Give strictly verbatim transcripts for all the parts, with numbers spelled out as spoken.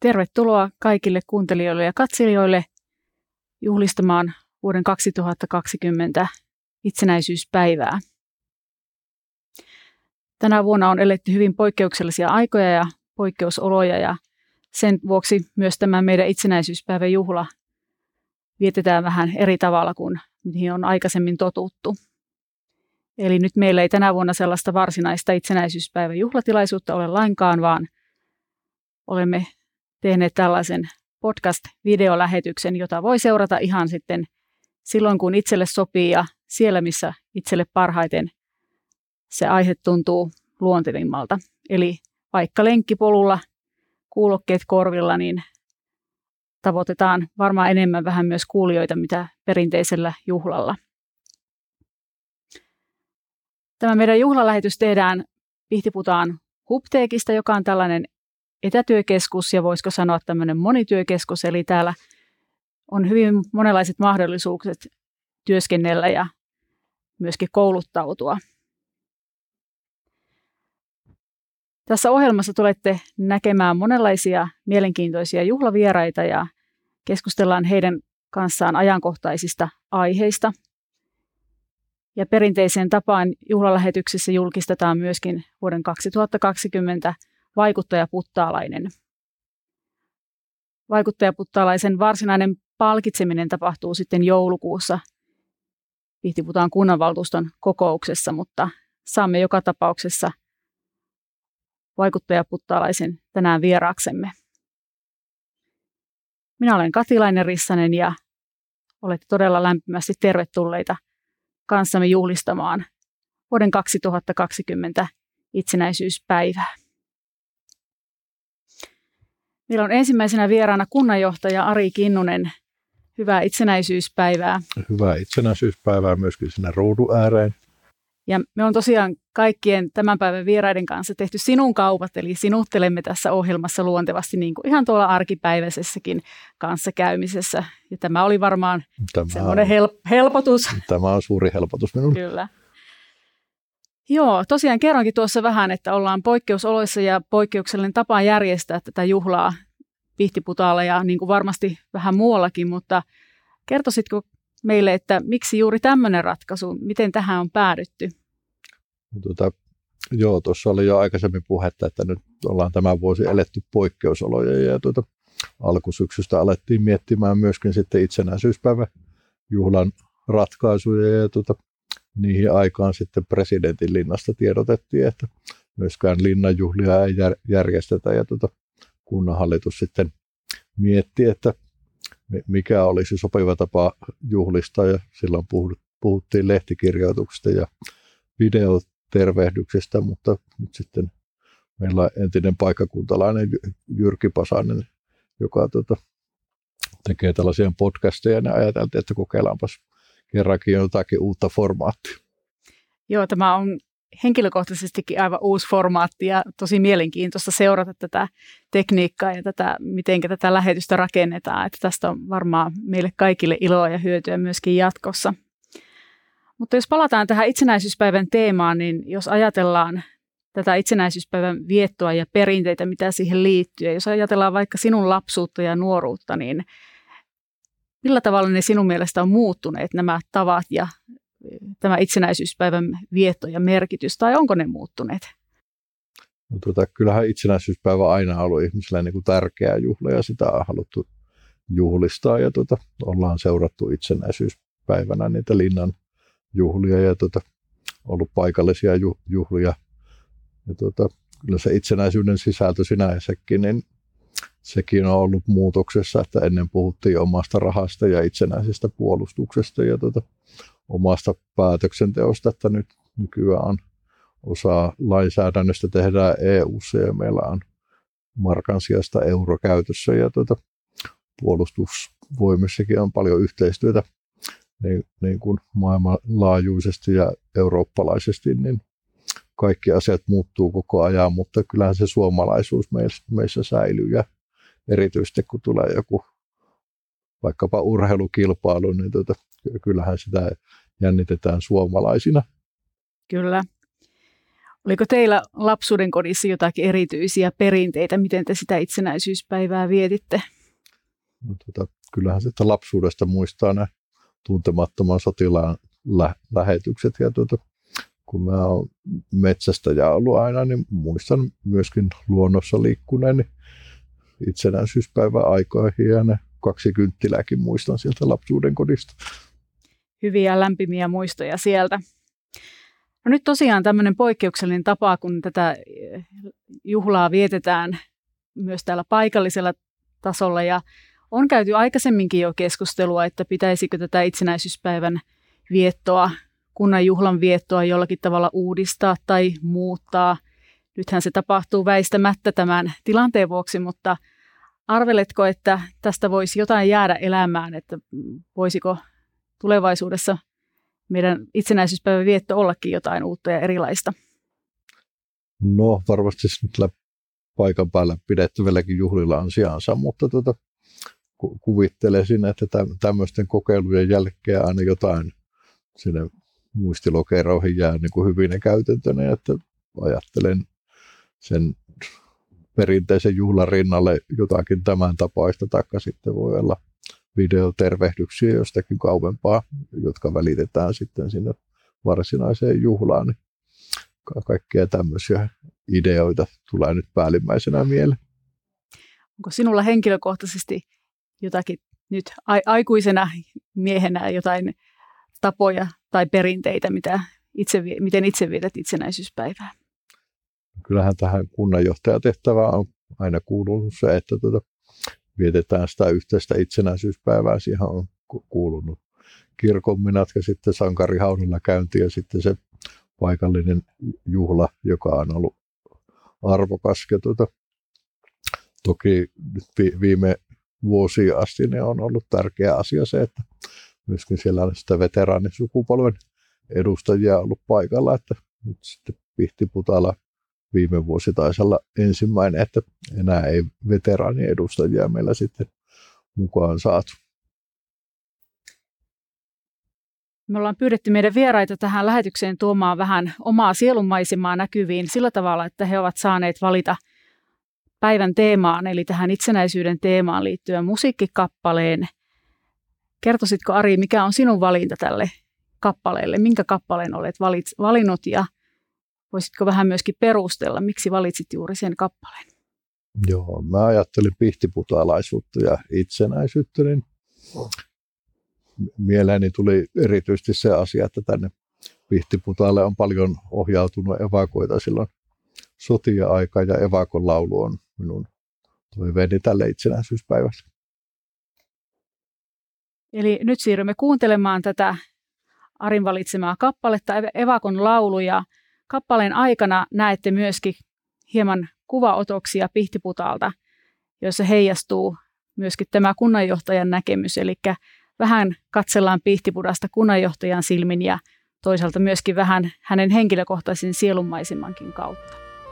Tervetuloa kaikille kuuntelijoille ja katselijoille juhlistamaan vuoden kaksituhattakaksikymmentä itsenäisyyspäivää. Tänä vuonna on eletty hyvin poikkeuksellisia aikoja ja poikkeusoloja ja sen vuoksi myös tämä meidän itsenäisyyspäivän juhla vietetään vähän eri tavalla kuin mihin on aikaisemmin totuttu. Eli nyt meillä ei tänä vuonna sellaista varsinaista itsenäisyyspäivän juhlatilaisuutta ole lainkaan, vaan olemme tehneet tällaisen podcast-videolähetyksen, jota voi seurata ihan sitten silloin, kun itselle sopii ja siellä, missä itselle parhaiten se aihe tuntuu luontevimmalta. Eli vaikka lenkkipolulla, kuulokkeet korvilla, niin tavoitetaan varmaan enemmän vähän myös kuulijoita, mitä perinteisellä juhlalla. Tämä meidän juhlalähetys tehdään Pihtiputaan Hubtekista, joka on tällainen etätyökeskus ja voisiko sanoa tämmöinen monityökeskus, eli täällä on hyvin monenlaiset mahdollisuudet työskennellä ja myöskin kouluttautua. Tässä ohjelmassa tulette näkemään monenlaisia mielenkiintoisia juhlavieraita ja keskustellaan heidän kanssaan ajankohtaisista aiheista. Ja perinteiseen tapaan juhlalähetyksessä julkistetaan myöskin vuoden kaksituhattakaksikymmentä vaikuttajaputtaalainen. Vaikuttajaputtaalaisen varsinainen palkitseminen tapahtuu sitten joulukuussa Pihtiputaan kunnanvaltuuston kokouksessa, mutta saamme joka tapauksessa vaikuttajaputtaalaisen tänään vieraaksemme. Minä olen Katilainen Rissanen ja olette todella lämpimästi tervetulleita kanssamme juhlistamaan vuoden kaksituhattakaksikymmentä itsenäisyyspäivää. Meillä on ensimmäisenä vieraana kunnanjohtaja Ari Kinnunen. Hyvää itsenäisyyspäivää. Hyvää itsenäisyyspäivää myöskin sinne ruudun ääreen. Ja me on tosiaan kaikkien tämän päivän vieraiden kanssa tehty sinun kaupat, eli sinuttelemme tässä ohjelmassa luontevasti niin kuin ihan tuolla arkipäiväisessäkin kanssakäymisessä. Ja tämä oli varmaan tämä semmoinen help- helpotus. Tämä on suuri helpotus minulle. Kyllä. Joo, tosiaan kerronkin tuossa vähän, että ollaan poikkeusoloissa ja poikkeuksellinen tapa järjestää tätä juhlaa Pihtiputaalla ja niin kuin varmasti vähän muuallakin, mutta kertoisitko meille, että miksi juuri tämmöinen ratkaisu, miten tähän on päädytty? Tuota, joo, tuossa oli jo aikaisemmin puhetta, että nyt ollaan tämän vuosi eletty poikkeusoloja ja tuota, alkusyksystä alettiin miettimään myöskin sitten itsenäisyyspäivän juhlan ratkaisuja ja tuota, niihin aikaan sitten presidentin linnasta tiedotettiin, että myöskään linnanjuhlia ei järjestetä ja tuota, kunnanhallitus sitten mietti, että mikä olisi sopiva tapa juhlistaa ja silloin puhuttiin lehtikirjoituksista ja videotervehdyksistä, mutta nyt sitten meillä on entinen paikkakuntalainen Jyrki Pasanen, joka tuota, tekee tällaisia podcasteja ja ajateltiin, että kokeillaanpas kerrankin jotakin uutta formaattia. Joo, tämä on henkilökohtaisestikin aivan uusi formaatti ja tosi mielenkiintoista seurata tätä tekniikkaa ja tätä, miten tätä lähetystä rakennetaan. Että tästä on varmaan meille kaikille iloa ja hyötyä myöskin jatkossa. Mutta jos palataan tähän itsenäisyyspäivän teemaan, niin jos ajatellaan tätä itsenäisyyspäivän viettoa ja perinteitä, mitä siihen liittyy, ja jos ajatellaan vaikka sinun lapsuutta ja nuoruutta, niin millä tavalla ne sinun mielestä on muuttuneet nämä tavat ja tämä itsenäisyyspäivän vietto ja merkitys, tai onko ne muuttuneet? No, tuota, kyllähän itsenäisyyspäivä aina on ollut ihmisillä niin kuin tärkeä juhla, ja sitä on haluttu juhlistaa, ja tuota, ollaan seurattu itsenäisyyspäivänä niitä linnan juhlia, ja tuota, ollut paikallisia juhlia, ja tuota, kyllä se itsenäisyyden sisältö sinänsäkin, niin sekin on ollut muutoksessa, että ennen puhuttiin omasta rahasta ja itsenäisestä puolustuksesta, ja tuota, omasta päätöksenteosta, että nyt nykyään on osa lainsäädännöstä tehdään E U:ssa ja meillä on markan sijasta euro käytössä ja tuota, puolustusvoimissakin on paljon yhteistyötä niin, niin kuin maailmanlaajuisesti ja eurooppalaisesti, niin kaikki asiat muuttuu koko ajan, mutta kyllähän se suomalaisuus meissä, meissä säilyy ja erityisesti kun tulee joku vaikkapa urheilukilpailu, niin tuota, kyllähän sitä jännitetään suomalaisina. Kyllä. Oliko teillä lapsuuden kodissa jotakin erityisiä perinteitä, miten te sitä itsenäisyyspäivää vietitte? No, tuota, kyllähän sitä lapsuudesta muistaa ne tuntemattoman sotilaan lä- lähetykset. Ja tuota, kun mä oon metsästäjä ollut aina, niin muistan myöskin luonnossa liikkuneen itsenäisyyspäivän aikoihin ja ne kaksi kynttilääkin muistan sieltä lapsuuden kodista. Hyviä lämpimiä muistoja sieltä. No nyt tosiaan tämmöinen poikkeuksellinen tapa, kun tätä juhlaa vietetään myös täällä paikallisella tasolla ja on käyty aikaisemminkin jo keskustelua, että pitäisikö tätä itsenäisyyspäivän viettoa, kunnan juhlan viettoa jollakin tavalla uudistaa tai muuttaa. Nythän se tapahtuu väistämättä tämän tilanteen vuoksi, mutta arveletko, että tästä voisi jotain jäädä elämään, että voisiko tulevaisuudessa meidän itsenäisyyspäivän vietto ollakin jotain uutta ja erilaista? No varmasti paikan päällä pidettävälläkin juhlilla on sijansa, mutta tuota, ku- kuvittelisin, että tämmöisten kokeilujen jälkeen aina jotain sinne muistilokeroihin jää niin kuin hyvinä käytäntönä, että ajattelen sen perinteisen juhlan rinnalle jotakin tämän tapaista, taikka sitten voi olla videotervehdyksiä jostakin kauempaa, jotka välitetään sitten sinne varsinaiseen juhlaan. Niin kaikkia tämmöisiä ideoita tulee nyt päällimmäisenä mieleen. Onko sinulla henkilökohtaisesti jotakin nyt aikuisena miehenä jotain tapoja tai perinteitä, mitä itse, miten itse vietät itsenäisyyspäivää? Kyllähän tähän kunnanjohtajatehtävään on aina kuulunut se, että tuota, vietetään sitä yhteistä itsenäisyyspäivää. Siihen on kuulunut kirkonmenat ja sitten sankarihaudalla käynti ja sitten se paikallinen juhla, joka on ollut arvokas. Ja tuota, toki viime vuosia asti ne on ollut tärkeä asia se, että myöskin siellä on sitä veteraanisukupolven edustajia ollut paikalla, että nyt sitten Pihtiputaalla viime vuosi taisi olla ensimmäinen, että enää ei veteraanien edustajia meillä sitten mukaan saatu. Me ollaan pyydetty meidän vieraita tähän lähetykseen tuomaan vähän omaa sielunmaisemaa näkyviin sillä tavalla, että he ovat saaneet valita päivän teemaan, eli tähän itsenäisyyden teemaan liittyen musiikkikappaleen. Kertoisitko, Ari, mikä on sinun valinta tälle kappaleelle? Minkä kappaleen olet valinnut ja voisitko vähän myöskin perustella, miksi valitsit juuri sen kappaleen? Joo, mä ajattelin pihtiputaalaisuutta ja itsenäisyyttä, niin mieleeni tuli erityisesti se asia, että tänne Pihtiputaalle on paljon ohjautunut evakoita silloin sotien aika ja evakon laulu on minun toiveeni tälle itsenäisyyspäivälle. Eli nyt siirrymme kuuntelemaan tätä Arin valitsemaa kappaletta, evakon laulu, ja kappaleen aikana näette myöskin hieman kuvaotoksia Pihtiputaalta, joissa heijastuu myöskin tämä kunnanjohtajan näkemys, eli vähän katsellaan Pihtipudasta kunnanjohtajan silmin ja toisaalta myöskin vähän hänen henkilökohtaisen sielunmaisemankin kautta.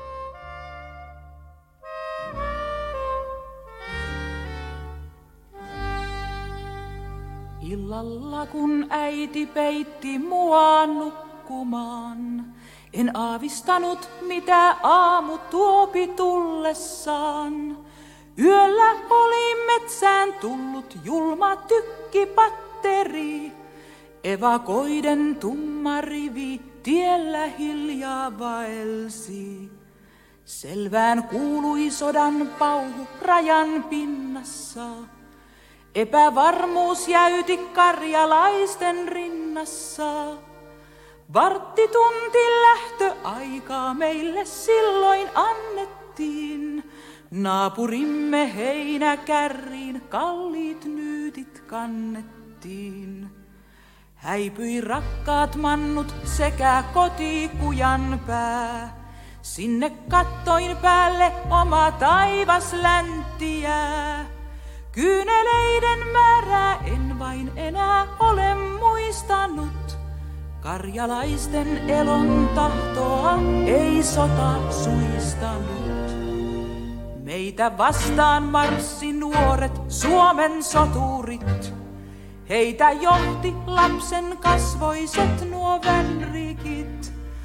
Illalla kun äiti peitti mua nukkumaan, en aavistanut mitä aamu tuopi tullessaan. Yöllä oli metsään tullut julma tykkipatteri, evakoiden tumma rivi tiellä hiljaa vaelsi. Selvään kuului sodan pauhu rajan pinnassa, epävarmuus jäyti karjalaisten rinnassa. Varttitunti lähtöaikaa meille silloin annettiin, naapurimme heinäkärriin kalliit nyytit kannettiin. Häipyi rakkaat mannut sekä kotikujan pää, sinne kattoin päälle oma taivas länttiää. Kyyneleiden määrää en vain enää ole muistanut, karjalaisten elon tahtoa ei sota suistanut. Meitä vastaan marssi nuoret Suomen soturit, heitä johti lapsen kasvoiset nuo vänrikit.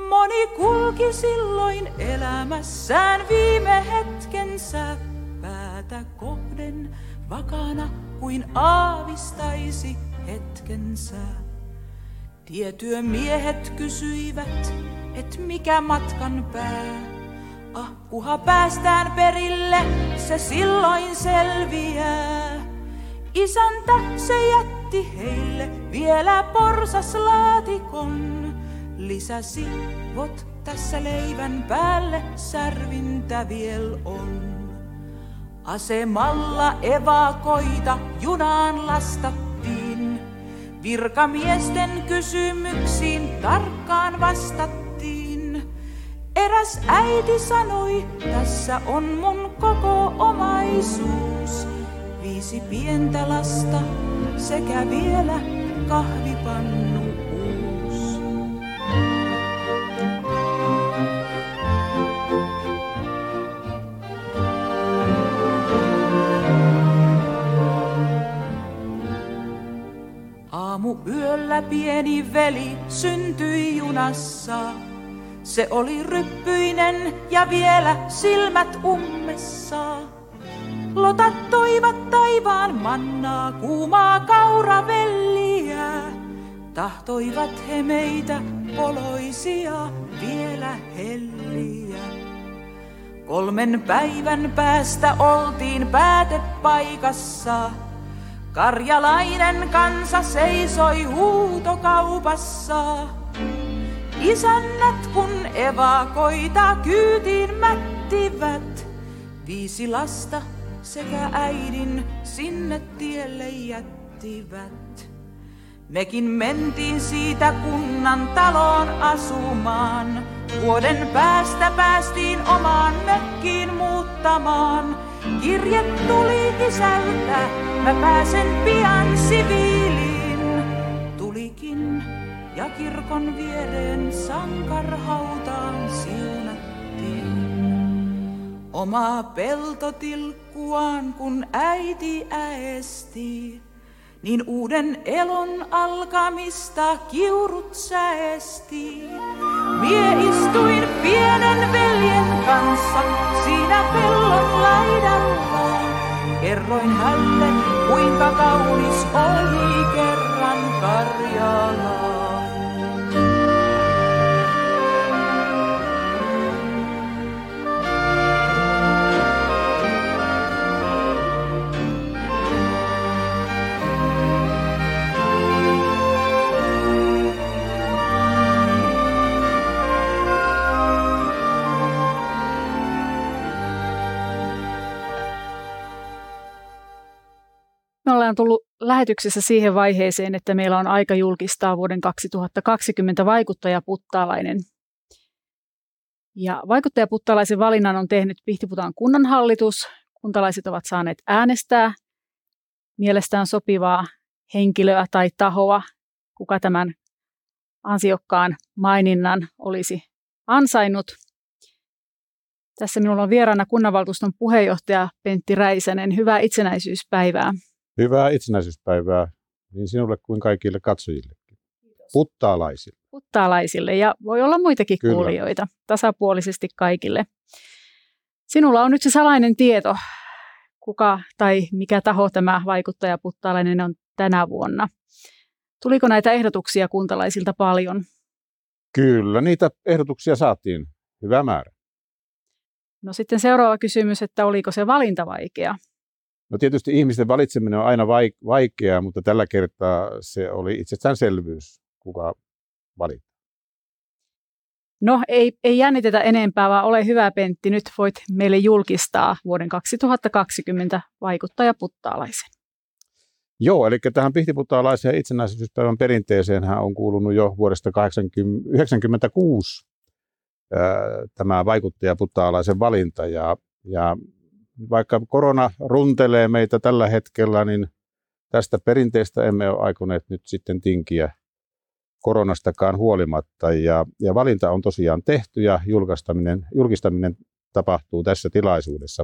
Moni kulki silloin elämässään viime hetkensä päätä kohden vakana kuin aavistaisi hetkensä. Tietyömiehet kysyivät, et mikä matkan pää. Ah, kuha päästään perille, se silloin selviää. Isäntä se jätti heille vielä porsaslaatikon. Lisäsi, vot tässä leivän päälle särvintä viel on. Asemalla evakoita junaan lastattiin. Virkamiesten kysymyksiin tarkkaan vastattiin. Eräs äiti sanoi, tässä on mun koko omaisuus. Viisi pientä lasta sekä vielä kahvipannu uus. Aamu yöllä pieni veli syntyi junassa. Se oli ryppyinen ja vielä silmät ummessa. Lotat toivat taivaan mannaa, kuumaa kauravelliä. Tahtoivat he meitä poloisia vielä helliä. Kolmen päivän päästä oltiin päätepaikassa. Karjalainen kansa seisoi huutokaupassa. Isännät kun evakoita kyytiin mättivät, viisi lasta sekä äidin sinne tielle jättivät. Mekin mentiin siitä kunnan taloon asumaan. Vuoden päästä päästiin omaan mökkiin muuttamaan. Kirje tuli isältä, mä pääsen pian siviiliin. Tulikin ja kirkon viereen sankarhautaan siunattiin. Omaa peltotilkkuaan kun äiti äesti, niin uuden elon alkamista kiurut säesti. Mie istuin pienen veljen kanssa siinä pellon laidalla. Kerroin hänelle, kuinka kaunis oli kerran Karjala. Me ollaan tullut lähetyksessä siihen vaiheeseen, että meillä on aika julkistaa vuoden kaksituhattakaksikymmentä vaikuttaja Puttaalainen. Ja vaikuttaja Puttaalaisen valinnan on tehnyt Pihtiputaan kunnanhallitus. Kuntalaiset ovat saaneet äänestää mielestään sopivaa henkilöä tai tahoa, kuka tämän ansiokkaan maininnan olisi ansainnut. Tässä minulla on vieraana kunnanvaltuuston puheenjohtaja Pentti Räisänen. Hyvää itsenäisyyspäivää. Hyvää itsenäisyyspäivää niin sinulle kuin kaikille katsojillekin. Puttaalaisille. Puttaalaisille ja voi olla muitakin Kyllä. kuulijoita tasapuolisesti kaikille. Sinulla on nyt se salainen tieto, kuka tai mikä taho tämä vaikuttaja Puttaalainen on tänä vuonna. Tuliko näitä ehdotuksia kuntalaisilta paljon? Kyllä, niitä ehdotuksia saatiin hyvä määrä. No sitten seuraava kysymys, että oliko se valinta vaikea? No tietysti ihmisten valitseminen on aina vaikeaa, mutta tällä kertaa se oli itsestäänselvyys, kuka valitaan. No ei, ei jännitetä enempää, vaan ole hyvä Pentti, nyt voit meille julkistaa vuoden kaksituhattakaksikymmentä vaikuttaja Puttaalaisen. Joo, eli tähän pihtiputtaalaiseen itsenäisyyspäivän perinteeseen on kuulunut jo vuodesta yhdeksänkymmentäkuusi ää, tämä vaikuttaja Puttaalaisen valinta ja, ja vaikka korona runtelee meitä tällä hetkellä, niin tästä perinteestä emme ole aikoneet nyt sitten tinkiä koronastakaan huolimatta. Ja, ja valinta on tosiaan tehty ja julkistaminen, julkistaminen tapahtuu tässä tilaisuudessa.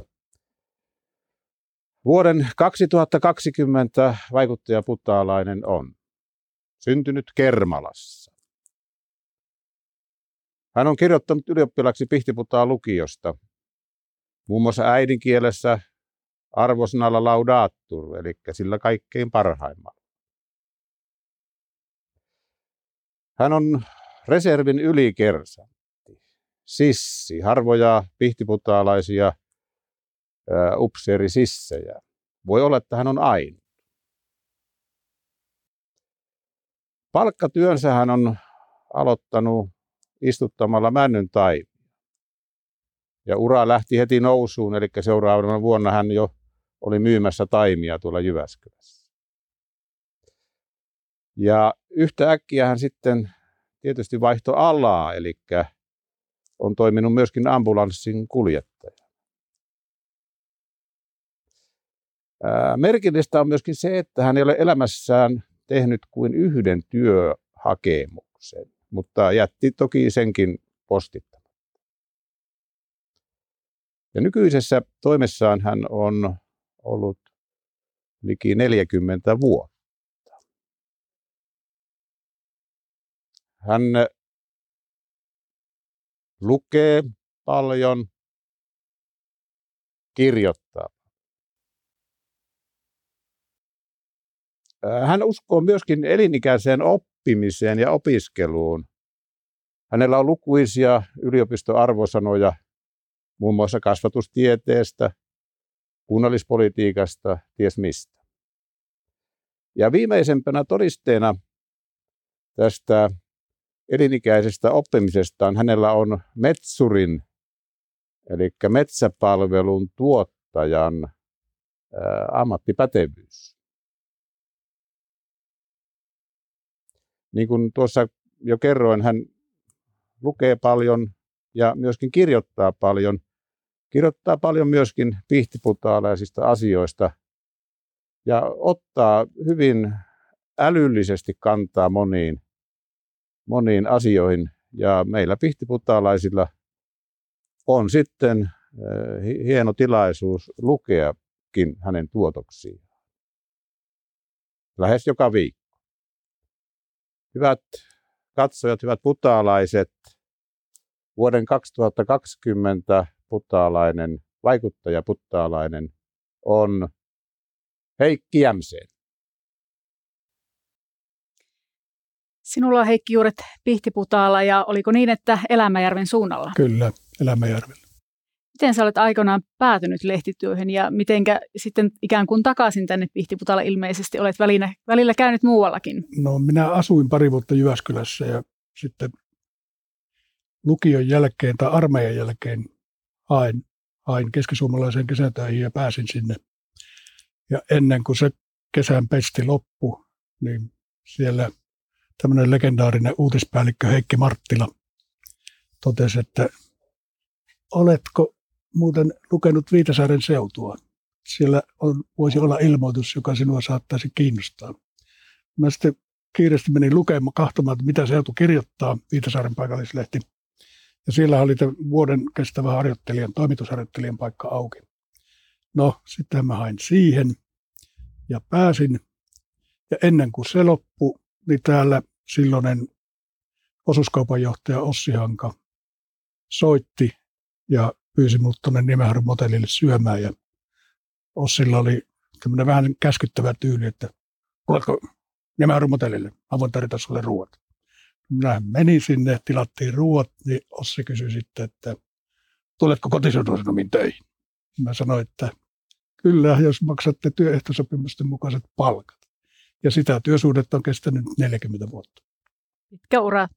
Vuoden kaksituhattakaksikymmentä vaikuttaja Puttaalainen on syntynyt Kermalassa. Hän on kirjoittanut ylioppilaksi Pihtiputaan lukiosta, muun muassa äidinkielessä arvosanalla laudatur, eli sillä kaikkein parhaimmalla. Hän on reservin ylikersantti, sissi, harvoja pihtiputaalaisia upseerisissejä. Voi olla, että hän on ainut. Palkkatyönsä hän on aloittanut istuttamalla männyn taimia. Ja ura lähti heti nousuun, eli seuraavana vuonna hän jo oli myymässä taimia tuolla Jyväskylässä. Ja yhtä äkkiä hän sitten tietysti vaihtoi alaa, eli on toiminut myöskin ambulanssin kuljettaja. Merkillistä on myöskin se, että hän ei ole elämässään tehnyt kuin yhden työhakemuksen, mutta jätti toki senkin postittamatta. Ja nykyisessä toimessaan hän on ollut liki neljäkymmentä vuotta. Hän lukee paljon, kirjoittaa. Hän uskoo myöskin elinikäiseen oppimiseen ja opiskeluun. Hänellä on lukuisia yliopistoarvosanoja muun muassa kasvatustieteestä, kunnallispolitiikasta, ties mistä. Ja viimeisempänä todisteena tästä elinikäisestä oppimisestaan hänellä on metsurin, eli metsäpalvelun tuottajan ää, ammattipätevyys. Niin kuin tuossa jo kerroin, hän lukee paljon ja myöskin kirjoittaa paljon. Kirjoittaa paljon myöskin pihtiputaalaisista asioista ja ottaa hyvin älyllisesti kantaa moniin, moniin asioihin. Ja meillä pihtiputaalaisilla on sitten hieno tilaisuus lukeakin hänen tuotoksiaan. Lähes joka viikko. Hyvät katsojat, hyvät putaalaiset, vuoden kaksituhattakaksikymmentä putaalainen, vaikuttaja putaalainen on Heikki Jämseen. Sinulla on, Heikki, juuret Pihtiputaalla, ja oliko niin, että Elämäjärven suunnalla? Kyllä, Elämäjärvellä. Miten sä olet aikoinaan päätynyt lehtityöhön ja mitenkä sitten ikään kuin takaisin tänne Pihtiputaalle ilmeisesti olet välillä, välillä käynyt muuallakin? No, minä asuin pari vuotta Jyväskylässä ja sitten lukion jälkeen tai armeijan jälkeen hain, hain keskisuomalaiseen kesätöihin ja pääsin sinne. Ja ennen kuin se kesän pesti loppui, niin siellä tämmöinen legendaarinen uutispäällikkö Heikki Marttila totesi, että oletko muuten lukenut Viitasaaren seutua? Siellä on, voisi olla ilmoitus, joka sinua saattaisi kiinnostaa. Mä sitten kiireesti menin lukemaan, kahtomaan, että mitä seutu kirjoittaa, Viitasaaren paikallislehti. Ja siellä oli vuoden kestävä harjoittelijan, toimitusharjoittelijan paikka auki. No, sitten mä hain siihen ja pääsin. Ja ennen kuin se loppui, niin täällä silloinen osuuskaupanjohtaja Ossi Hanka soitti ja pyysi minut tuonne Niemenharjun motellille syömään. Ja Ossilla oli tämmöinen vähän käskyttävä tyyli, että tuletko Niemenharjun motellille, mä voin tarjota sulle ruoat. Minä menin sinne, tilattiin ruoat, niin Ossi kysyi sitten, että tuletko kotiseutuasenomiin töihin? Mä sanoin, että kyllä, jos maksatte työehtosopimusten mukaiset palkat. Ja sitä työsuhdetta on kestänyt neljäkymmentä vuotta. Pitkä ura.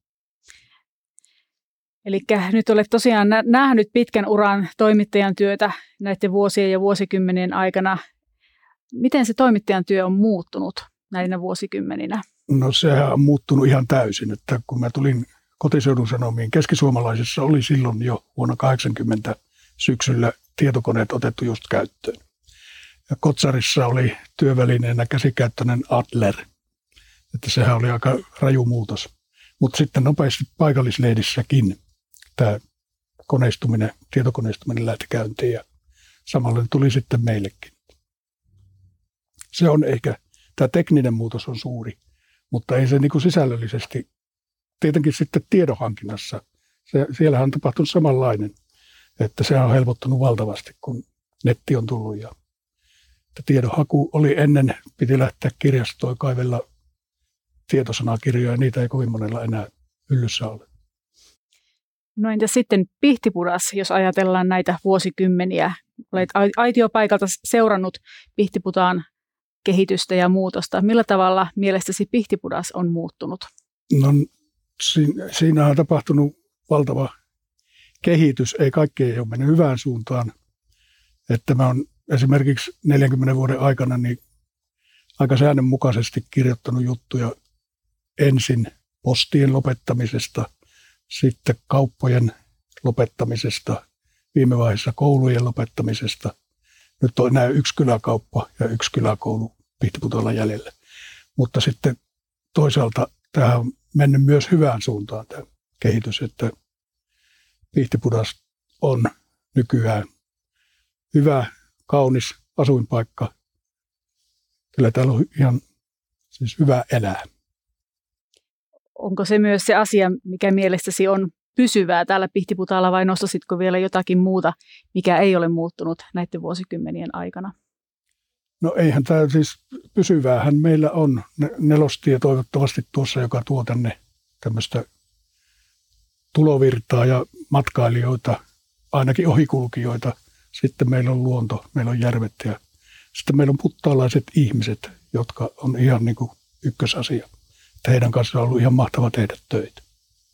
Eli nyt olet tosiaan nähnyt pitkän uran toimittajan työtä näiden vuosien ja vuosikymmenien aikana. Miten se toimittajan työ on muuttunut näinä vuosikymmeninä? No, sehän on muuttunut ihan täysin. Että kun mä tulin Kotiseudun Sanomiin, Keskisuomalaisessa oli silloin jo vuonna kahdeksankymmentä syksyllä tietokoneet otettu just käyttöön. Ja Kotsarissa oli työvälineenä käsikäyttöinen Adler. Että sehän oli aika raju muutos. Mutta sitten nopeasti paikallislehdissäkin tämä koneistuminen, tietokoneistuminen lähti käyntiin ja samalla tuli sitten meillekin. Se on ehkä, tämä tekninen muutos on suuri, mutta ei se niin kuin sisällöllisesti, tietenkin sitten tiedonhankinnassa Se, siellähän on tapahtunut samanlainen, että se on helpottunut valtavasti, kun netti on tullut. Ja, että tiedonhaku oli ennen, piti lähteä kirjastoon kaivella tietosanakirjoja, niitä ei kovin monella enää hyllyssä ole. No entä sitten Pihtipudas, jos ajatellaan näitä vuosikymmeniä? Olet aitiopaikalta seurannut Pihtiputaan kehitystä ja muutosta. Millä tavalla mielestäsi Pihtipudas on muuttunut? No siinä on tapahtunut valtava kehitys. Ei kaikki ei ole mennyt hyvään suuntaan. Että mä oon esimerkiksi neljänkymmenen vuoden aikana niin aika säännönmukaisesti kirjoittanut juttuja ensin postien lopettamisesta, sitten kauppojen lopettamisesta, viime vaiheessa koulujen lopettamisesta. Nyt on enää yksi kyläkauppa ja yksi kyläkoulu Pihtiputaalla jäljellä. Mutta sitten toisaalta tämä on mennyt myös hyvään suuntaan tämä kehitys, että Pihtipudas on nykyään hyvä, kaunis asuinpaikka. Kyllä täällä on ihan siis hyvä elää. Onko se myös se asia, mikä mielestäsi on pysyvää täällä Pihtiputaalla vai nostasitko vielä jotakin muuta, mikä ei ole muuttunut näiden vuosikymmenien aikana? No eihän tämä siis pysyväähän meillä on nelostie toivottavasti tuossa, joka tuo tänne tämmöistä tulovirtaa ja matkailijoita, ainakin ohikulkijoita. Sitten meillä on luonto, meillä on järvet ja sitten meillä on puttaalaiset ihmiset, jotka on ihan niin kuin ykkösasia. Heidän kanssaan on ollut ihan mahtava tehdä töitä.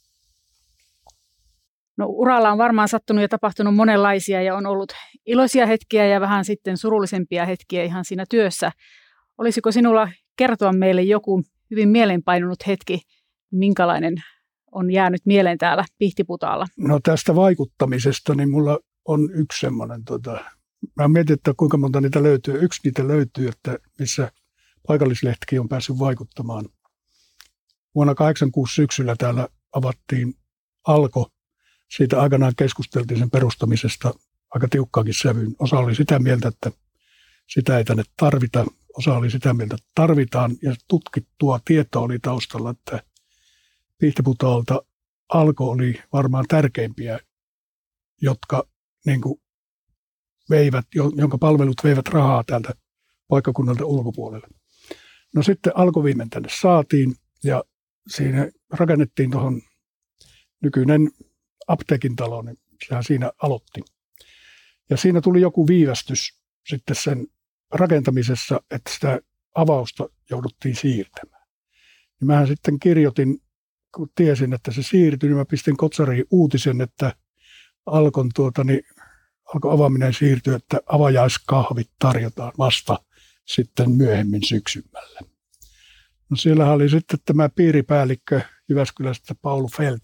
No uralla on varmaan sattunut ja tapahtunut monenlaisia ja on ollut iloisia hetkiä ja vähän sitten surullisempia hetkiä ihan siinä työssä. Olisiko sinulla kertoa meille joku hyvin mieleenpainunut hetki, minkälainen on jäänyt mieleen täällä Pihtiputaalla? No tästä vaikuttamisesta, niin mulla on yksi semmoinen, tota, mä mietin, että kuinka monta niitä löytyy. Yksi niitä löytyy, että missä paikallislehtikin on päässyt vaikuttamaan. Vuonna kahdeksankymmentäkuusi syksyllä täällä avattiin Alko. Siitä aikanaan keskusteltiin sen perustamisesta aika tiukkaakin sävyyn. Osa oli sitä mieltä, että sitä ei tänne tarvita. Osa oli sitä mieltä, että tarvitaan. Ja tutkittua tietoa oli taustalla, että Pihtiputaalta Alko oli varmaan tärkeimpiä, jotka niin kuin veivät, jonka palvelut veivät rahaa täältä paikkakunnalta ulkopuolelle. No sitten Alko viimein tänne saatiin ja siinä rakennettiin tuohon nykyinen apteekin talo, niin sehän siinä aloitti. Ja siinä tuli joku viivästys sitten sen rakentamisessa, että sitä avausta jouduttiin siirtämään. Ja mähän sitten kirjoitin, kun tiesin, että se siirtyi, niin mä pistin Kotsariin uutisen, että Alkon tuota, niin Alkon avaaminen siirtyi, että avajaiskahvit tarjotaan vasta sitten myöhemmin syksymällä. No siellähän oli sitten tämä piiripäällikkö Jyväskylästä Paul Felt.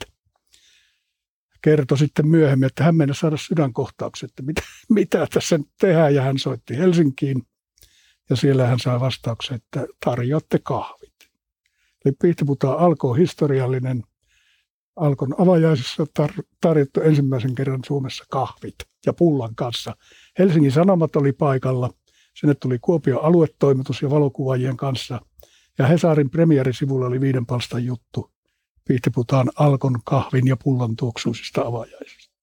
Kertoi sitten myöhemmin, että hän meinasi saada sydänkohtauksen, että mitä, mitä tässä nyt tehdään. Ja hän soitti Helsinkiin ja siellä hän sai vastauksen, että tarjoatte kahvit. Eli Pihtiputaan Alko historiallinen. Alkon avajaisissa tar- tarjottu ensimmäisen kerran Suomessa kahvit ja pullan kanssa. Helsingin Sanomat oli paikalla. Sinne tuli Kuopion aluetoimitus ja valokuvaajien kanssa. Ja Hesarin premierisivulla oli viiden palstan juttu Pihtiputaan Alkon kahvin ja pullan tuoksuisista avajaisista.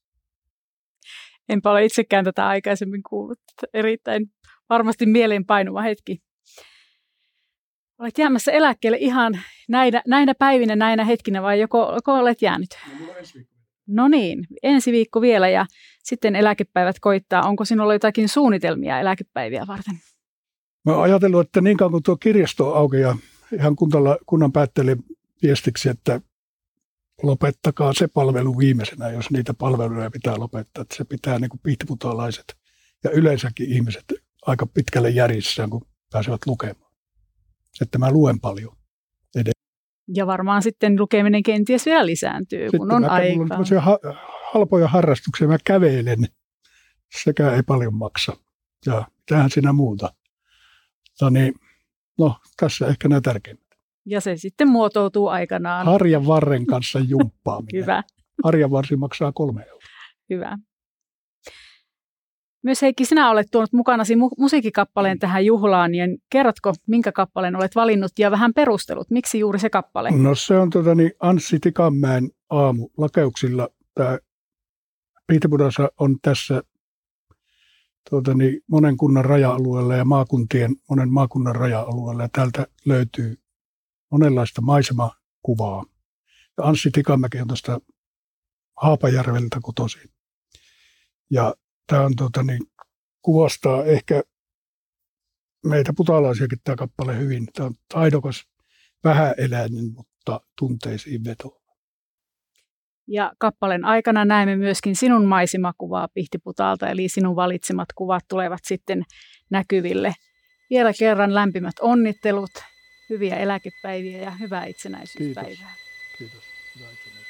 Enpä ole itsekään tätä aikaisemmin kuullut. Erittäin varmasti mieleenpainuva hetki. Olet jäämässä eläkkeelle ihan näinä, näinä päivinä, näinä hetkinä vai joko, joko olet jäänyt? No, ensi viikko. No niin, ensi viikko vielä ja sitten eläkepäivät koittaa. Onko sinulla jotakin suunnitelmia eläkepäiviä varten? Mä oon ajatellut, että niin kauan kun tuo kirjasto on auki ja ihan kuntalla, kunnan päättäjille viestiksi, että lopettakaa se palvelu viimeisenä, jos niitä palveluja pitää lopettaa. Että se pitää niin kuin pihtiputaalaiset ja yleensäkin ihmiset aika pitkälle järjissään, kun pääsevät lukemaan. Että mä luen paljon edelleen. Ja varmaan sitten lukeminen kenties vielä lisääntyy, sitten kun on mä, aikaa. Mulla on ha- halpoja harrastuksia. Mä kävelen. Sekä ei paljon maksa. Ja mitähän siinä muuta. Niin, no, tässä ehkä nämä tärkeimmät. Ja se sitten muotoutuu aikanaan. Harjan varren kanssa jumppaaminen. Hyvä. Harjan varsi maksaa kolme euroa. Hyvä. Myös Heikki, sinä olet tuonut mukanasi mu- musiikkikappaleen tähän juhlaan, niin kerrotko, minkä kappaleen olet valinnut ja vähän perustelut, miksi juuri se kappale? No se on tota, niin Anssi Tikanmäen Aamu Lakeuksilla. Tämä Pihtiputaassa on tässä tuota, niin monen kunnan raja-alueella ja maakuntien monen maakunnan raja-alueella. Ja täältä löytyy monenlaista maisemakuvaa. Ja Anssi Tikanmäki on tuosta Haapajärveltä kotoisin. Ja tämä on, tuota, niin, kuvastaa ehkä meitä putalaisiakin tämä kappale hyvin. Tämä on taidokas, vähäeläinen, mutta tunteisiin vetoava. Ja kappaleen aikana näemme myöskin sinun maisemakuvaa Pihtiputaalta, eli sinun valitsemat kuvat tulevat sitten näkyville. Vielä kerran lämpimät onnittelut, hyviä eläkepäiviä ja hyvää itsenäisyyspäivää. Kiitos. Kiitos. Hyvää itsenäisyyspäivää.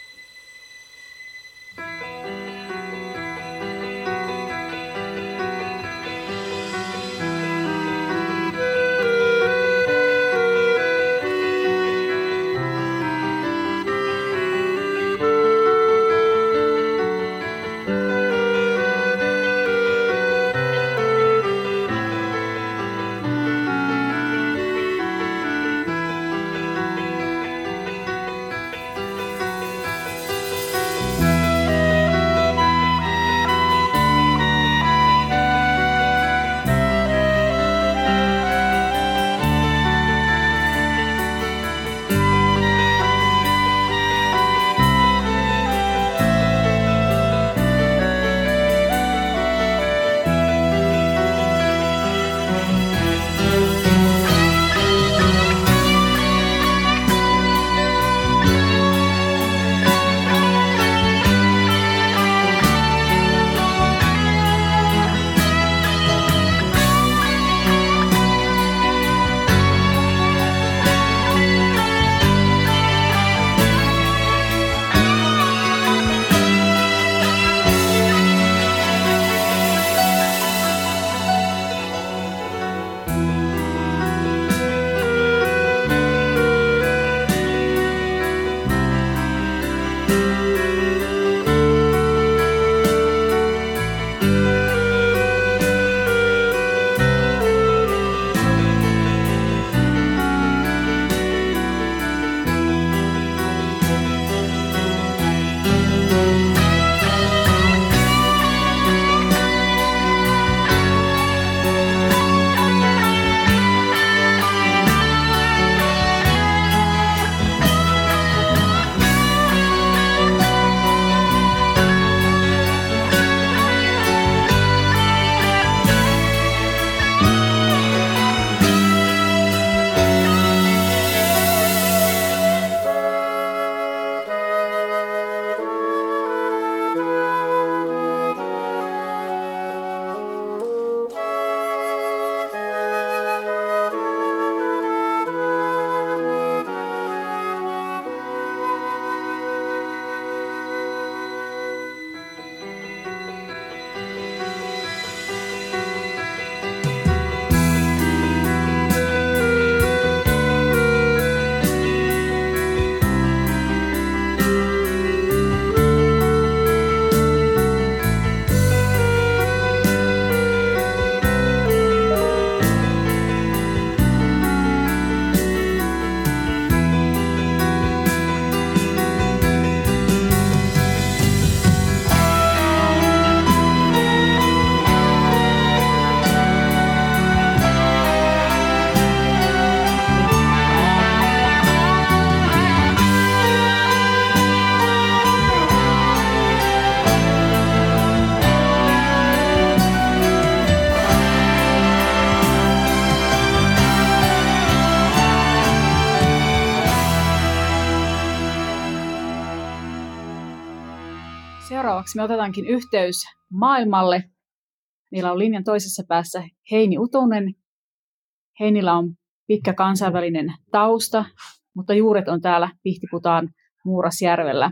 Seuraavaksi me otetaankin yhteys maailmalle. Meillä on linjan toisessa päässä Heini Utunen. Heinillä on pitkä kansainvälinen tausta, mutta juuret on täällä Pihtiputaan Muurasjärvellä.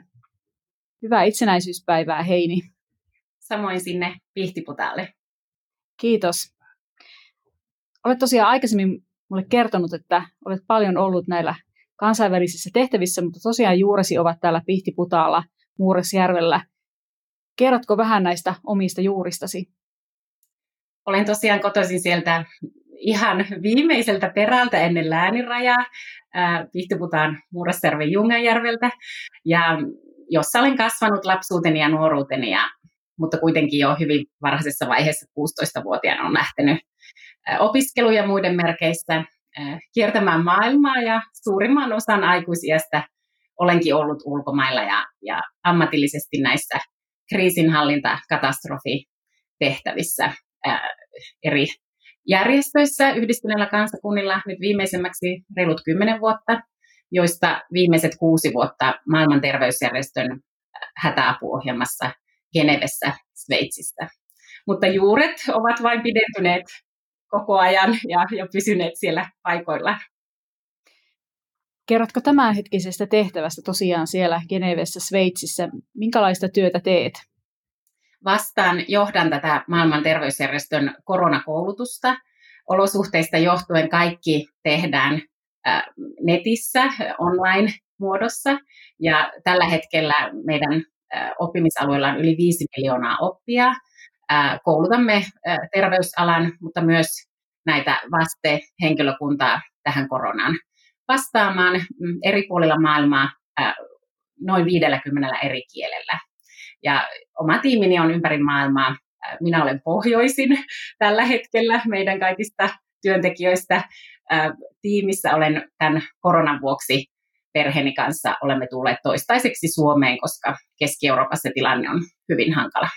Hyvää itsenäisyyspäivää, Heini. Samoin sinne Pihtiputaalle. Kiitos. Olet tosiaan aikaisemmin minulle kertonut, että olet paljon ollut näillä kansainvälisissä tehtävissä, mutta tosiaan juuresi ovat täällä Pihtiputaalla Muurasjärvellä. Kerrotko vähän näistä omista juuristasi? Olen tosiaan kotoisin sieltä ihan viimeiseltä perältä ennen läänirajaa, Pihtiputaan Muurasjärven Junganjärveltä, ja jossa olen kasvanut lapsuuteni ja nuoruuteni, ja, mutta kuitenkin jo hyvin varhaisessa vaiheessa kuusitoistavuotiaana on lähtenyt opiskeluja muiden merkeissä kiertämään maailmaa, ja suurimman osan aikuisiästä olenkin ollut ulkomailla ja, ja ammatillisesti näissä kriisinhallinta-, katastrofitehtävissä ää, eri järjestöissä Yhdistyneillä kansakunnilla nyt viimeisemmäksi reilut kymmenen vuotta, joista viimeiset kuusi vuotta maailman terveysjärjestön hätäapuohjelmassa Genevessä, Sveitsissä. Mutta juuret ovat vain pidentyneet koko ajan ja, ja pysyneet siellä paikoillaan. Kerrotko tämänhetkisestä tehtävästä tosiaan siellä Genevessä, Sveitsissä? Minkälaista työtä teet? Vastaan johdan tätä maailman terveysjärjestön koronakoulutusta. Olosuhteista johtuen kaikki tehdään netissä, online-muodossa. Ja tällä hetkellä meidän oppimisalueella on yli viisi miljoonaa oppijaa. Koulutamme terveysalan, mutta myös näitä vastehenkilökuntaa tähän koronaan vastaamaan eri puolilla maailmaa noin viidelläkymmenellä eri kielellä. Ja oma tiimini on ympäri maailmaa. Minä olen pohjoisin tällä hetkellä meidän kaikista työntekijöistä. Tiimissä olen tämän koronan vuoksi perheeni kanssa olemme tulleet toistaiseksi Suomeen, koska Keski-Euroopassa tilanne on hyvin hankala.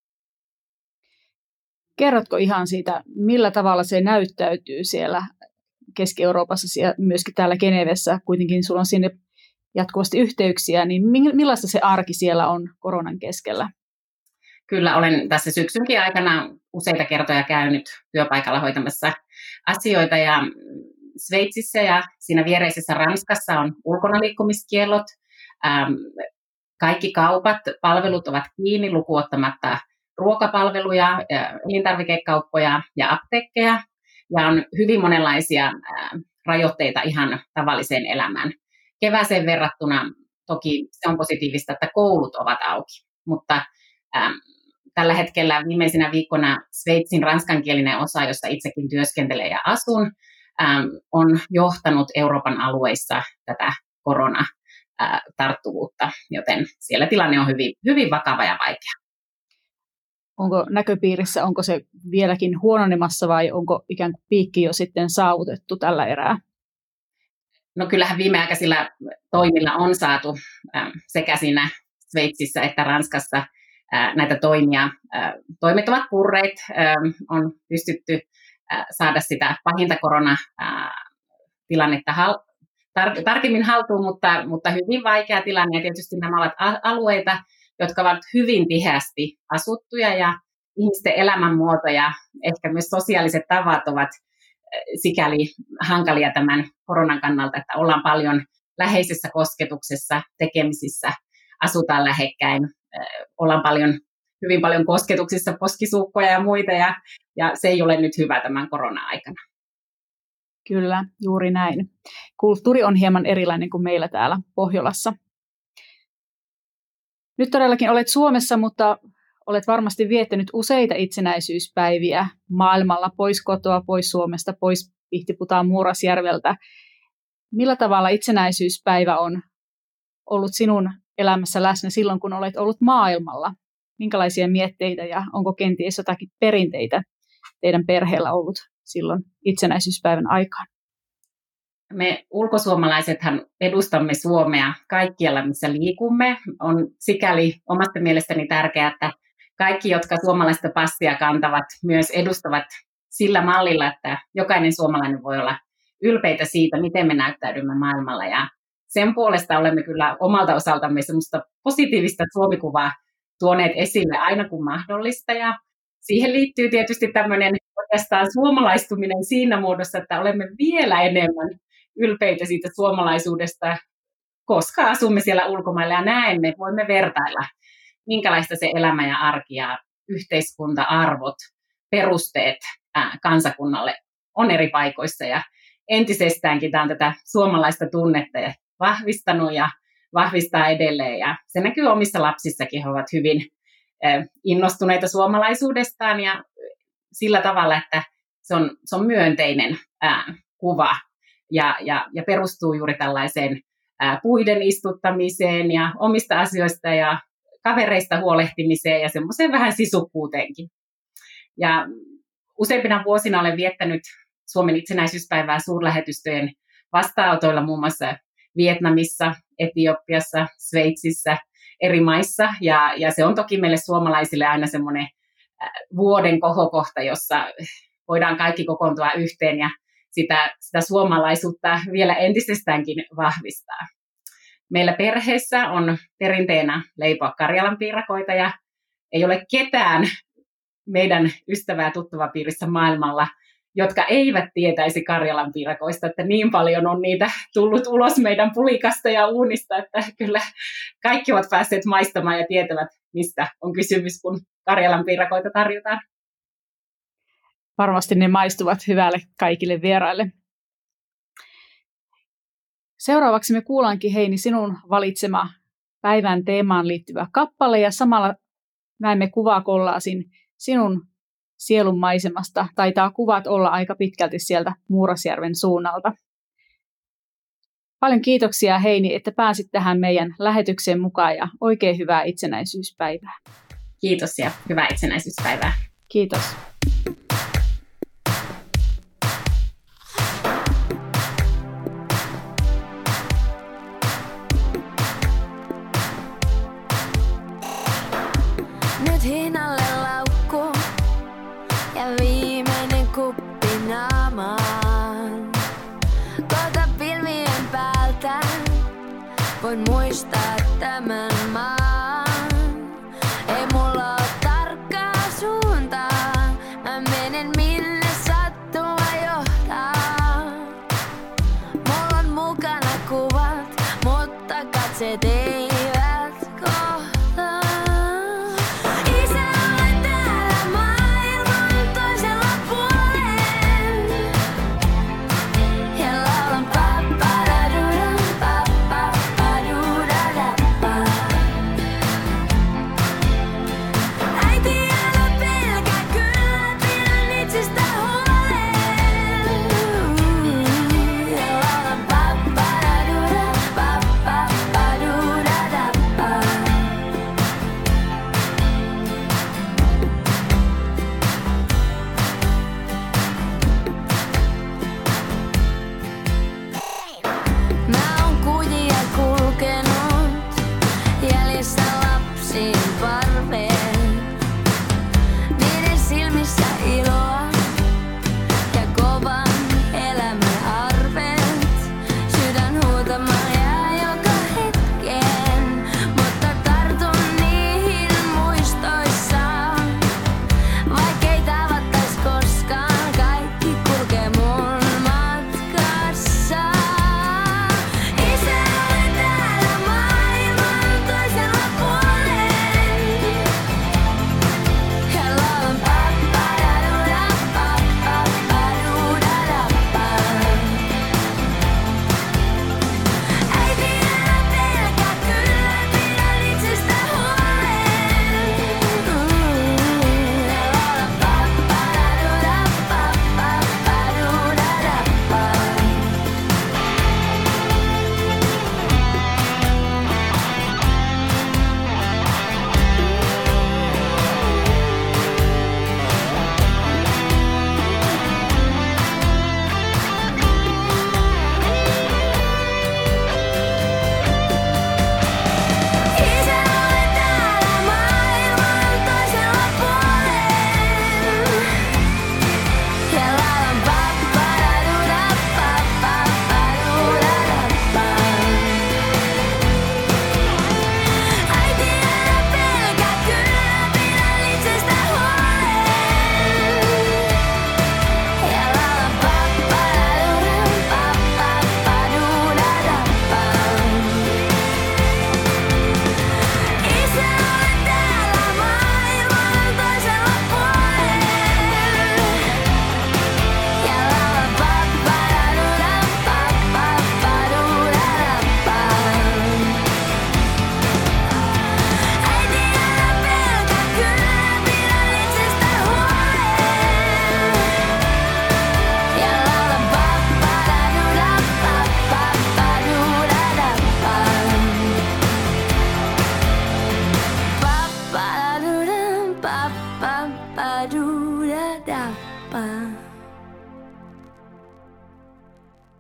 Kerrotko ihan siitä, millä tavalla se näyttäytyy siellä Keski-Euroopassa ja myöskin täällä Genevessä? Kuitenkin sulla on sinne jatkuvasti yhteyksiä, niin millaista se arki siellä on koronan keskellä? Kyllä, olen tässä syksynkin aikana useita kertoja käynyt työpaikalla hoitamassa asioita, ja Sveitsissä ja siinä viereisessä Ranskassa on ulkonaliikkumiskiellot. Kaikki kaupat, palvelut ovat kiinni lukuottamatta ruokapalveluja, elintarvikekauppoja ja apteekkeja, ja on hyvin monenlaisia rajoitteita ihan tavalliseen elämään. Kevääseen verrattuna toki se on positiivista, että koulut ovat auki, mutta äm, tällä hetkellä viimeisinä viikkoina Sveitsin ranskankielinen osa, jossa itsekin työskentelen ja asun, äm, on johtanut Euroopan alueissa tätä koronatarttuvuutta, joten siellä tilanne on hyvin, hyvin vakava ja vaikea. Onko näköpiirissä, onko se vieläkin huononemassa vai onko ikään kuin piikki jo sitten saavutettu tällä erää? No kyllähän viimeaikaisilla toimilla on saatu äh, sekä siinä Sveitsissä että Ranskassa äh, näitä toimia. Äh, toimet ovat purreet, äh, on pystytty äh, saada sitä pahinta koronatilannetta hal- tar- tarkemmin haltuun, mutta, mutta hyvin vaikea tilanne. Ja tietysti nämä ovat alueita, jotka ovat hyvin tiheästi asuttuja, ja ihmisten elämänmuoto ja ehkä myös sosiaaliset tavat ovat sikäli hankalia tämän koronan kannalta, että ollaan paljon läheisessä kosketuksessa, tekemisissä, asutaan lähekkäin, ollaan paljon, hyvin paljon kosketuksissa, poskisuukkoja ja muita, ja, ja se ei ole nyt hyvä tämän korona-aikana. Kyllä, juuri näin. Kulttuuri on hieman erilainen kuin meillä täällä Pohjolassa. Nyt todellakin olet Suomessa, mutta olet varmasti viettänyt useita itsenäisyyspäiviä maailmalla, pois kotoa, pois Suomesta, pois Pihtiputaan Muurasjärveltä. Millä tavalla itsenäisyyspäivä on ollut sinun elämässä läsnä silloin, kun olet ollut maailmalla? Minkälaisia mietteitä ja onko kenties jotakin perinteitä teidän perheellä ollut silloin itsenäisyyspäivän aikaan? Me ulkosuomalaisethan edustamme Suomea kaikkialla, missä liikumme. On sikäli omasta mielestäni tärkeää, että kaikki, jotka suomalaista passia kantavat, myös edustavat sillä mallilla, että jokainen suomalainen voi olla ylpeitä siitä, miten me näyttäydymme maailmalla. Ja sen puolesta olemme kyllä omalta osaltamme semmoista positiivista Suomikuvaa tuoneet esille aina kun mahdollista. Ja siihen liittyy tietysti tämmöinen oikeastaan suomalaistuminen siinä muodossa, että olemme vielä enemmän ylpeitä siitä suomalaisuudesta, koska asumme siellä ulkomailla ja näemme, voimme vertailla, minkälaista se elämä ja arki ja yhteiskunta, arvot, perusteet ää, kansakunnalle on eri paikoissa. Ja entisestäänkin tämä on tätä suomalaista tunnetta vahvistanut ja vahvistaa edelleen. Ja se näkyy omissa lapsissakin, he ovat hyvin ää, innostuneita suomalaisuudestaan ja sillä tavalla, että se on, se on myönteinen ää, kuva ja, ja, ja perustuu juuri tällaiseen ää, puiden istuttamiseen ja omista asioista ja kavereista huolehtimiseen ja semmoiseen vähän sisukkuuteenkin. Ja useimpina vuosina olen viettänyt Suomen itsenäisyyspäivää suurlähetystöjen vastaanotoilla muun muassa Vietnamissa, Etiopiassa, Sveitsissä, eri maissa. Ja, ja se on toki meille suomalaisille aina semmoinen vuoden kohokohta, jossa voidaan kaikki kokoontua yhteen ja sitä, sitä suomalaisuutta vielä entisestäänkin vahvistaa. Meillä perheessä on perinteenä leipoa karjalanpiirakoita ja ei ole ketään meidän ystävää tuttava piirissä maailmalla, jotka eivät tietäisi karjalanpiirakoista, että niin paljon on niitä tullut ulos meidän pulikasta ja uunista, että kyllä kaikki ovat päässeet maistamaan ja tietävät, mistä on kysymys, kun karjalanpiirakoita tarjotaan. Varmasti ne maistuvat hyvälle kaikille vieraille. Seuraavaksi me kuullaankin, Heini, sinun valitsema päivän teemaan liittyvä kappale ja samalla näemme kuvakollaasin sinun sielun maisemasta. Taitaa kuvat olla aika pitkälti sieltä Muurasjärven suunnalta. Paljon kiitoksia, Heini, että pääsit tähän meidän lähetykseen mukaan ja oikein hyvää itsenäisyyspäivää. Kiitos ja hyvää itsenäisyyspäivää. Kiitos. Nyt hinnalle laukku ja viimeinen kuppi naamaan. Kota pilvien päältä voin muistaa tämän maan. Ei mulla oo tarkkaa suuntaa,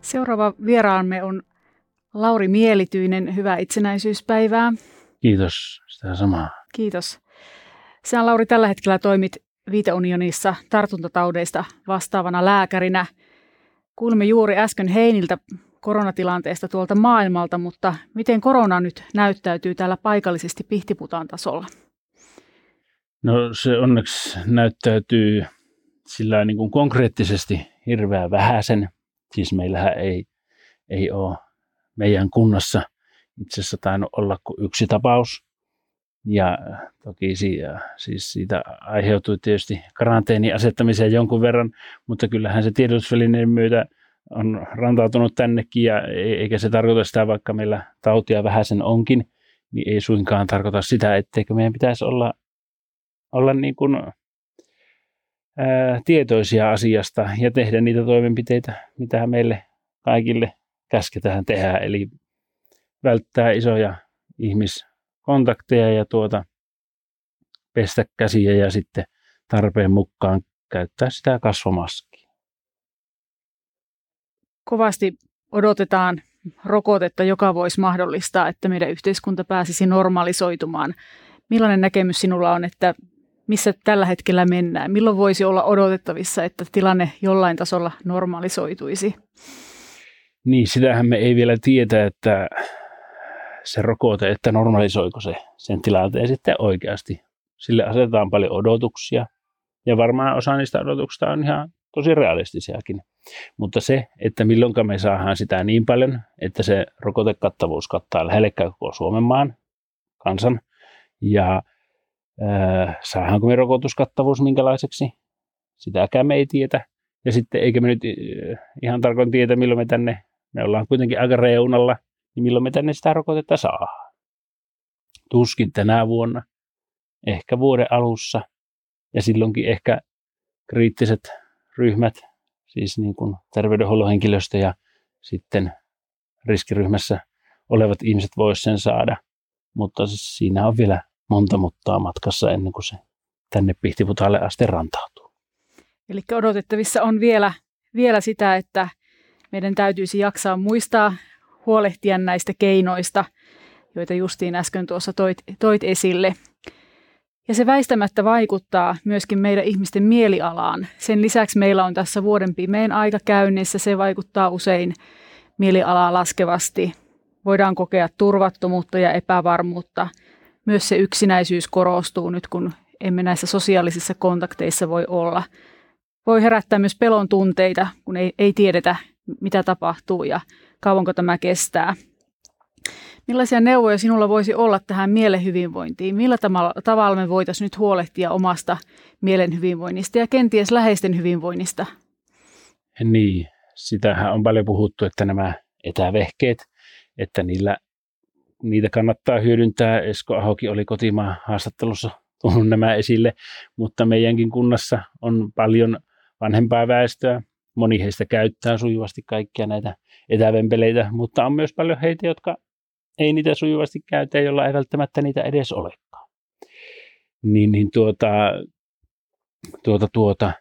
Seuraava vieraamme on Lauri Mielityinen. Hyvää itsenäisyyspäivää. Kiitos, sitä samaa. Kiitos. Sinä, Lauri, tällä hetkellä toimit Viiteunionissa tartuntataudeista vastaavana lääkärinä. Kuulimme juuri äsken Heiniltä koronatilanteesta tuolta maailmalta, mutta miten korona nyt näyttäytyy täällä paikallisesti Pihtiputaan tasolla? No se onneksi näyttäytyy sillä niin kuin konkreettisesti hirveän vähäisen. Siis meillähän ei, ei ole meidän kunnassa itse asiassa tainnut olla kuin yksi tapaus. Ja toki siitä, siis siitä aiheutui tietysti karanteenin asettamiseen jonkun verran, mutta kyllähän se tiedotusvälineen myötä on rantautunut tännekin, ja eikä se tarkoita sitä, vaikka meillä tautia vähäisen onkin, niin ei suinkaan tarkoita sitä, etteikö meidän pitäisi olla, olla niin kuin, ää, tietoisia asiasta ja tehdä niitä toimenpiteitä, mitä meille kaikille käsketään tehdä, eli välttää isoja ihmiskontakteja ja tuota, pestä käsiä ja sitten tarpeen mukaan käyttää sitä kasvomaskia. Kovasti odotetaan rokotetta, joka voisi mahdollistaa, että meidän yhteiskunta pääsisi normalisoitumaan. Millainen näkemys sinulla on, että missä tällä hetkellä mennään? Milloin voisi olla odotettavissa, että tilanne jollain tasolla normalisoituisi? Niin, sitähän me ei vielä tiedä, että se rokote, että normalisoiko se sen tilanteen sitten oikeasti. Sille asetetaan paljon odotuksia, ja varmaan osa niistä odotuksista on ihan tosi realistisiakin. Mutta se, että milloin me saadaan sitä niin paljon, että se rokotekattavuus kattaa lähellekään koko Suomen maan kansan, ja äh, saadaanko me rokotuskattavuus minkälaiseksi, sitäkään me ei tiedä. Ja sitten eikä me nyt ihan tarkoin tiedä, milloin me tänne, me ollaan kuitenkin aika reunalla, niin milloin me tänne sitä rokotetta saadaan. Tuskin tänä vuonna, ehkä vuoden alussa, ja silloinkin ehkä kriittiset ryhmät, siis niin kuin terveydenhuollon henkilöstö ja sitten riskiryhmässä olevat ihmiset voisivat sen saada. Mutta siis siinä on vielä monta muttaa matkassa ennen kuin se tänne Pihtiputaalle asti rantautuu. Eli odotettavissa on vielä, vielä sitä, että meidän täytyisi jaksaa muistaa huolehtia näistä keinoista, joita justiin äsken tuossa toit, toit esille. Ja se väistämättä vaikuttaa myöskin meidän ihmisten mielialaan. Sen lisäksi meillä on tässä vuoden pimeän aika käynnissä. Se vaikuttaa usein mielialaa laskevasti. Voidaan kokea turvattomuutta ja epävarmuutta. Myös se yksinäisyys korostuu nyt, kun emme näissä sosiaalisissa kontakteissa voi olla. Voi herättää myös pelon tunteita, kun ei, ei tiedetä, mitä tapahtuu ja kauanko tämä kestää. Millaisia neuvoja sinulla voisi olla tähän mielen hyvinvointiin? Millä tavalla me voitaisiin nyt huolehtia omasta mielen hyvinvoinnista ja kenties läheisten hyvinvoinnista? Niin, sitähän on paljon puhuttu, että nämä etävehkeet, että niillä, niitä kannattaa hyödyntää. Esko Ahokin oli kotimaan haastattelussa tuonut nämä esille, mutta meidänkin kunnassa on paljon vanhempaa väestöä. Moni heistä käyttää sujuvasti kaikkia näitä etävempeleitä, mutta on myös paljon heitä, jotka ei niitä sujuvasti käytä, jolla ei välttämättä niitä edes olekaan. Niin, niin tuota, tuota, tuota,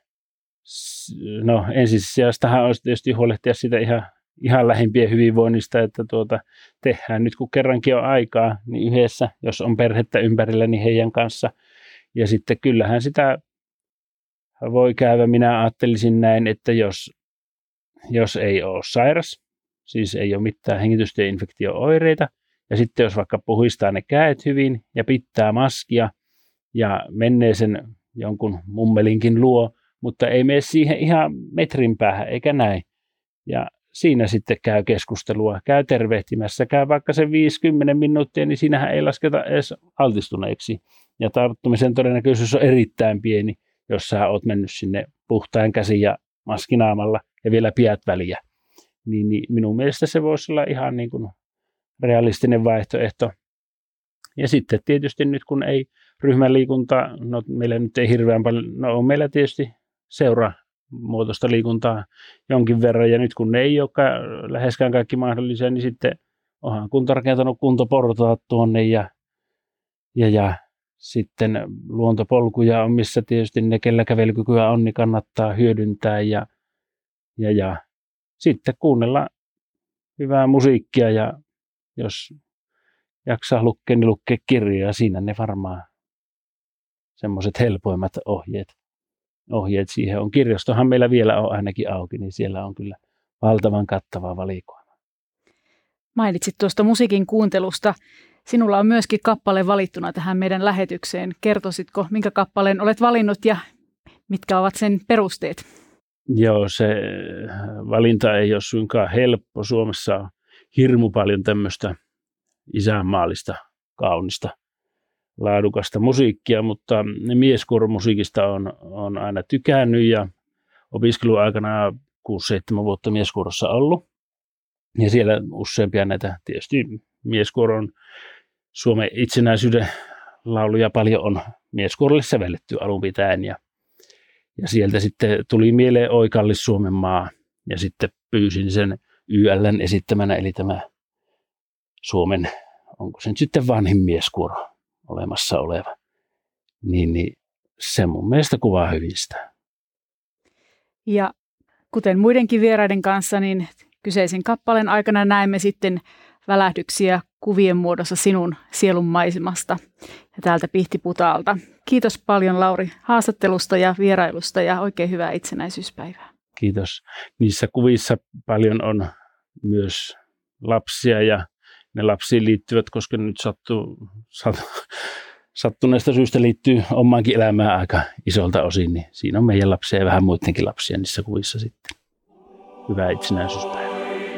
no ensisijastahan olisi tietysti huolehtia sitä ihan, ihan lähimpien hyvinvoinnista, että tuota, tehdään nyt kun kerrankin on aikaa, niin yhdessä, jos on perhettä ympärillä, niin heidän kanssa. Ja sitten kyllähän sitä voi käydä, minä ajattelisin näin, että jos, jos ei ole sairas, siis ei ole mitään hengitystieinfektio-oireita, ja sitten jos vaikka puhistaa ne kädet hyvin ja pitää maskia ja menee sen jonkun mummelinkin luo, mutta ei mene siihen ihan metrin päähän eikä näin. Ja siinä sitten käy keskustelua, käy tervehtimässä, käy vaikka se viisikymmentä minuuttia, niin siinähän ei lasketa edes altistuneeksi. Ja tarttumisen todennäköisyys on erittäin pieni, jos sä oot mennyt sinne puhtain käsin ja maskinaamalla ja vielä pidät väliä. Niin, niin minun mielestä se voisi olla ihan niin kuin realistinen vaihtoehto. Ja sitten tietysti nyt kun ei ryhmäliikuntaa, no meillä nyt ei hirveän paljon, no on meillä tietysti seuramuotoista liikuntaa jonkin verran, ja nyt kun ne ei ole läheskään kaikki mahdollisia, niin sitten onhan kunta rakentanut kuntoportaat tuonne, ja, ja, ja sitten luontopolkuja on, missä tietysti ne, kellä kävelykykyä on, niin kannattaa hyödyntää, ja, ja, ja sitten kuunnella hyvää musiikkia ja jos jaksaa lukea, niin lukea kirjoja. Siinä ne varmaan semmoiset helpoimmat ohjeet, ohjeet siihen on. Kirjastohan meillä vielä on ainakin auki, niin siellä on kyllä valtavan kattava valikoima. Mainitsit tuosta musiikin kuuntelusta. Sinulla on myöskin kappale valittuna tähän meidän lähetykseen. Kertoisitko, minkä kappaleen olet valinnut ja mitkä ovat sen perusteet? Joo, se valinta ei ole suinkaan helppo. Suomessa on hirmu paljon tämmöistä isänmaallista, kaunista, laadukasta musiikkia, mutta mieskuoromusiikista on, on aina tykännyt ja opiskeluaikana kuusi seitsemän vuotta mieskuorossa ollut. Ja siellä useampia näitä tietysti mieskuoron Suomen itsenäisyyden lauluja paljon on mieskuorolle sävelletty alun pitäen. Ja, ja sieltä sitten tuli mieleen Oi kallis Suomen maa ja sitten pyysin sen Y L:n esittämänä, eli tämä Suomen, onko se nyt sitten vanhin mieskuoro olemassa oleva, niin, niin se mun mielestä kuvaa hyvin sitä. Ja kuten muidenkin vieraiden kanssa, niin kyseisen kappaleen aikana näemme sitten välähdyksiä kuvien muodossa sinun sielun maisemasta ja täältä Pihtiputaalta. Kiitos paljon Lauri haastattelusta ja vierailusta ja oikein hyvää itsenäisyyspäivää. Kiitos. Niissä kuvissa paljon on myös lapsia ja ne lapsiin liittyvät, koska nyt sattuu, sat, sattuneesta syystä liittyy omaankin elämään aika isolta osin, niin siinä on meidän lapsia ja vähän muidenkin lapsia niissä kuvissa sitten. Hyvää itsenäisyyspäivää.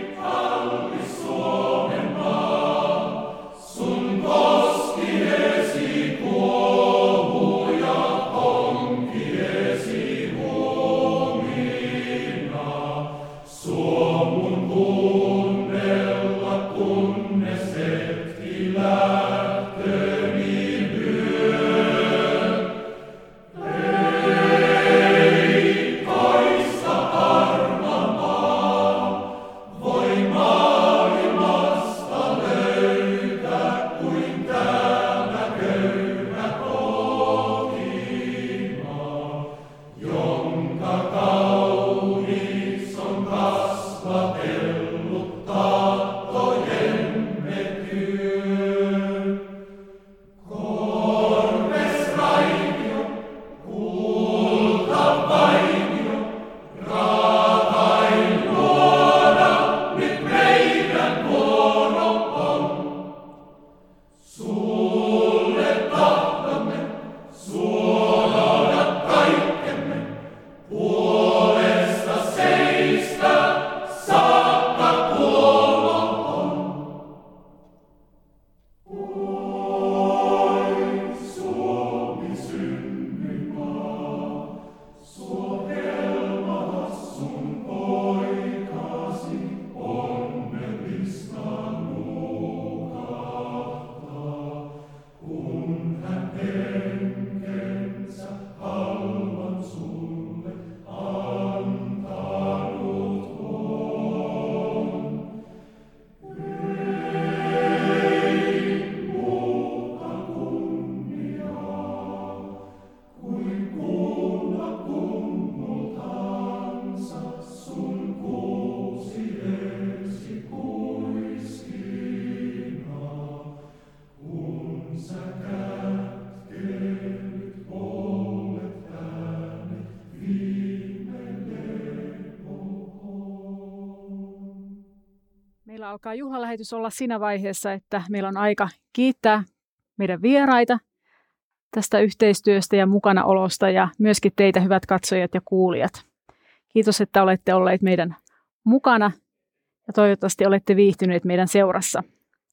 Meillä alkaa juhlalähetys olla siinä vaiheessa, että meillä on aika kiittää meidän vieraita tästä yhteistyöstä ja mukanaolosta ja myöskin teitä hyvät katsojat ja kuulijat. Kiitos, että olette olleet meidän mukana ja toivottavasti olette viihtyneet meidän seurassa.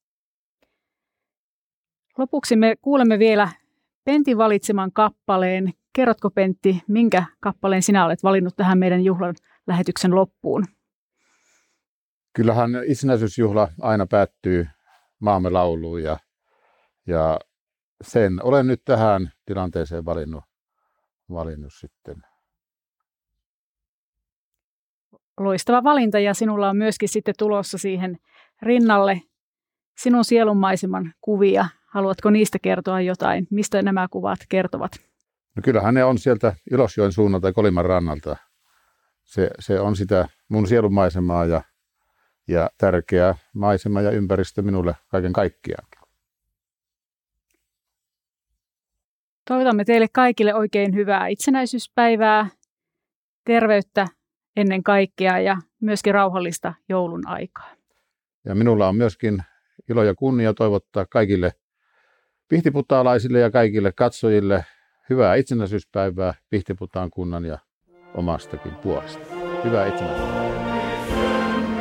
Lopuksi me kuulemme vielä Pentin valitseman kappaleen. Kerrotko Pentti, minkä kappaleen sinä olet valinnut tähän meidän juhlan lähetyksen loppuun? Kyllähän itsenäisyysjuhla aina päättyy maamme lauluun ja, ja sen olen nyt tähän tilanteeseen valinnut, valinnut sitten. Loistava valinta ja sinulla on myöskin sitten tulossa siihen rinnalle sinun sielunmaiseman kuvia. Haluatko niistä kertoa jotain? Mistä nämä kuvat kertovat? No kyllähän ne on sieltä Ilosjoen suunnalta ja Koliman rannalta. Se, se on sitä mun sielunmaisemaa ja ja tärkeä maisema ja ympäristö minulle kaiken kaikkiaan. Toivotamme teille kaikille oikein hyvää itsenäisyyspäivää, terveyttä ennen kaikkea ja myöskin rauhallista joulun aikaa. Ja minulla on myöskin ilo ja kunnia toivottaa kaikille pihtiputaalaisille ja kaikille katsojille hyvää itsenäisyyspäivää Pihtiputaan kunnan ja omastakin puolesta. Hyvää itsenäisyyspäivää.